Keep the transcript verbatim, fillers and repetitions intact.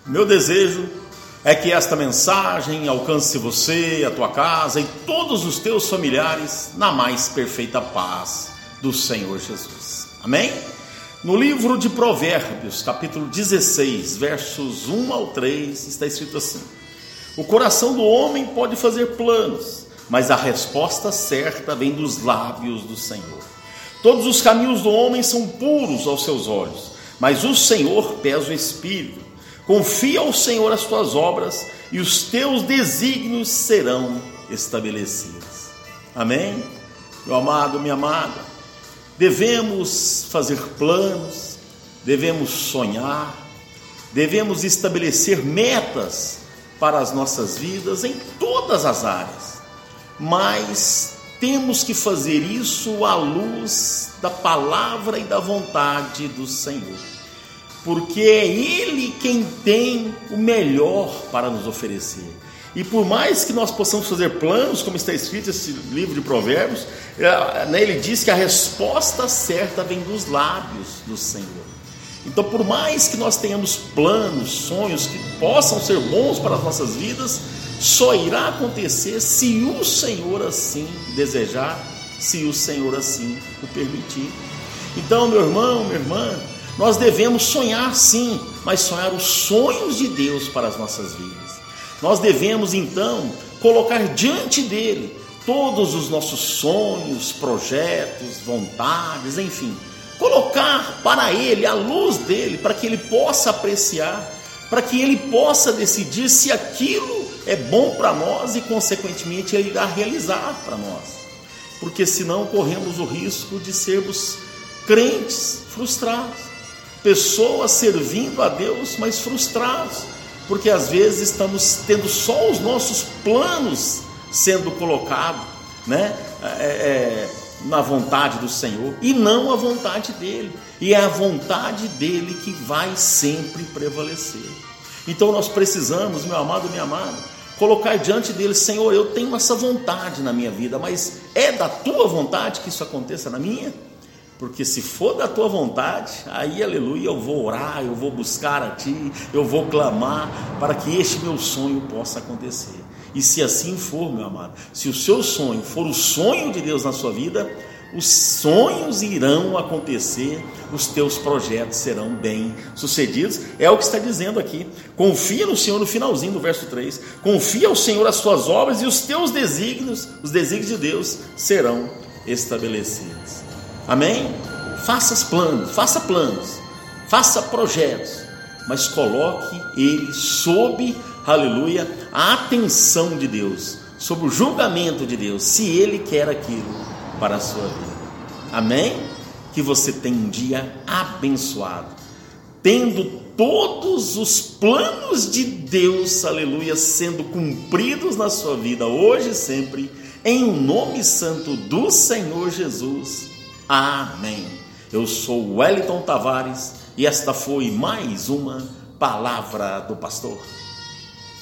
Meu desejo é que esta mensagem alcance você, a tua casa e todos os teus familiares na mais perfeita paz do Senhor Jesus. Amém? No livro de Provérbios, capítulo dezesseis, versos um ao três, está escrito assim: o coração do homem pode fazer planos, mas a resposta certa vem dos lábios do Senhor. Todos os caminhos do homem são puros aos seus olhos, mas o Senhor pesa o espírito. Confia ao Senhor as tuas obras e os teus desígnios serão estabelecidos. Amém? Meu amado, minha amada, devemos fazer planos, devemos sonhar, devemos estabelecer metas para as nossas vidas em todas as áreas, mas temos que fazer isso à luz da palavra e da vontade do Senhor, porque é Ele quem tem o melhor para nos oferecer. E por mais que nós possamos fazer planos, como está escrito nesse livro de Provérbios, ele diz que a resposta certa vem dos lábios do Senhor. Então, por mais que nós tenhamos planos, sonhos que possam ser bons para as nossas vidas, só irá acontecer se o Senhor assim desejar, se o Senhor assim o permitir. Então, meu irmão, minha irmã, nós devemos sonhar sim, mas sonhar os sonhos de Deus para as nossas vidas. Nós devemos então colocar diante dele todos os nossos sonhos, projetos, vontades, enfim, colocar para ele, a luz dele, para que ele possa apreciar, para que ele possa decidir se aquilo é bom para nós e consequentemente ele irá realizar para nós, porque senão corremos o risco de sermos crentes frustrados, pessoas servindo a Deus, mas frustrados, porque às vezes estamos tendo só os nossos planos sendo colocados, né, é, é, na vontade do Senhor e não a vontade dele, e é a vontade dele que vai sempre prevalecer. Então nós precisamos, meu amado, minha amada, colocar diante dele: Senhor, eu tenho essa vontade na minha vida, mas é da tua vontade que isso aconteça na minha? Porque se for da tua vontade, aí, aleluia, eu vou orar, eu vou buscar a ti, eu vou clamar para que este meu sonho possa acontecer. E se assim for, meu amado, se o seu sonho for o sonho de Deus na sua vida, os sonhos irão acontecer, os teus projetos serão bem sucedidos. É o que está dizendo aqui. Confia no Senhor, no finalzinho do verso três. Confia ao Senhor as tuas obras e os teus desígnios, os desígnios de Deus, serão estabelecidos. Amém? Faça planos, faça planos, faça projetos, mas coloque ele sob, aleluia, a atenção de Deus, sob o julgamento de Deus, se ele quer aquilo para a sua vida. Amém? Que você tenha um dia abençoado, tendo todos os planos de Deus, aleluia, sendo cumpridos na sua vida, hoje e sempre, em o nome santo do Senhor Jesus. Amém. Eu sou Wellington Tavares e esta foi mais uma Palavra do Pastor.